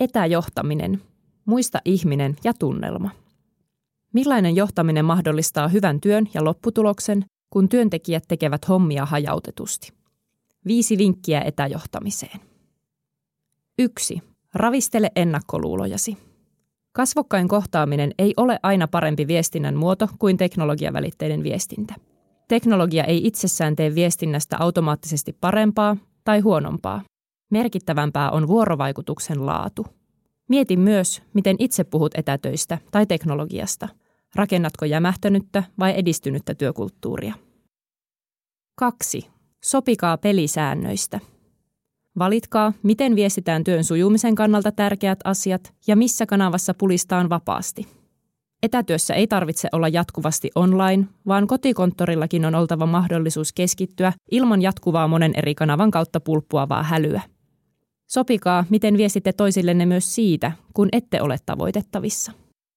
Etäjohtaminen. Muista ihminen ja tunnelma. Millainen johtaminen mahdollistaa hyvän työn ja lopputuloksen, kun työntekijät tekevät hommia hajautetusti? 5 vinkkiä etäjohtamiseen. 1. Ravistele ennakkoluulojasi. Kasvokkain kohtaaminen ei ole aina parempi viestinnän muoto kuin teknologiavälitteinen viestintä. Teknologia ei itsessään tee viestinnästä automaattisesti parempaa tai huonompaa. Merkittävämpää on vuorovaikutuksen laatu. Mieti myös, miten itse puhut etätöistä tai teknologiasta. Rakennatko jämähtänyttä vai edistynyttä työkulttuuria? 2. Sopikaa pelisäännöistä. Valitkaa, miten viestitään työn sujumisen kannalta tärkeät asiat ja missä kanavassa pulistaan vapaasti. Etätyössä ei tarvitse olla jatkuvasti online, vaan kotikonttorillakin on oltava mahdollisuus keskittyä ilman jatkuvaa monen eri kanavan kautta pulppuavaa hälyä. Sopikaa, miten viestitte toisillenne myös siitä, kun ette ole tavoitettavissa.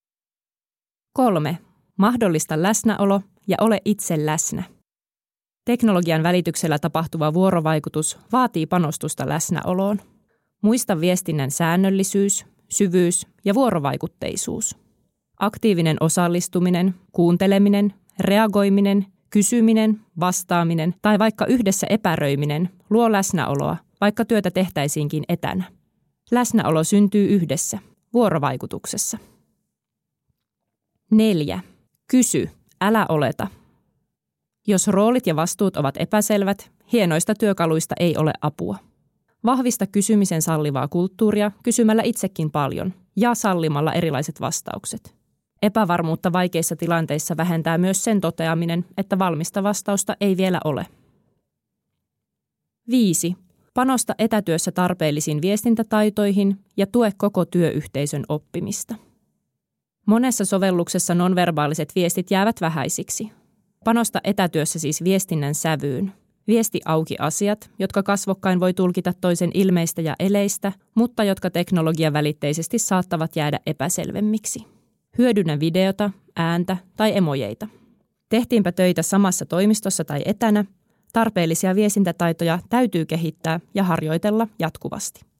3. Mahdollista läsnäolo ja ole itse läsnä. Teknologian välityksellä tapahtuva vuorovaikutus vaatii panostusta läsnäoloon. Muista viestinnän säännöllisyys, syvyys ja vuorovaikutteisuus. Aktiivinen osallistuminen, kuunteleminen, reagoiminen, kysyminen, vastaaminen tai vaikka yhdessä epäröiminen luo läsnäoloa, vaikka työtä tehtäisiinkin etänä. Läsnäolo syntyy yhdessä, vuorovaikutuksessa. 4. Kysy, älä oleta. Jos roolit ja vastuut ovat epäselvät, hienoista työkaluista ei ole apua. Vahvista kysymisen sallivaa kulttuuria kysymällä itsekin paljon ja sallimalla erilaiset vastaukset. Epävarmuutta vaikeissa tilanteissa vähentää myös sen toteaminen, että valmista vastausta ei vielä ole. 5. Panosta etätyössä tarpeellisiin viestintätaitoihin ja tue koko työyhteisön oppimista. Monessa sovelluksessa nonverbaaliset viestit jäävät vähäisiksi. Panosta etätyössä siis viestinnän sävyyn. Viesti auki asiat, jotka kasvokkain voi tulkita toisen ilmeistä ja eleistä, mutta jotka teknologiavälitteisesti saattavat jäädä epäselvemmiksi. Hyödynnä videota, ääntä tai emojeita. Tehtiinpä töitä samassa toimistossa tai etänä, tarpeellisia viestintätaitoja täytyy kehittää ja harjoitella jatkuvasti.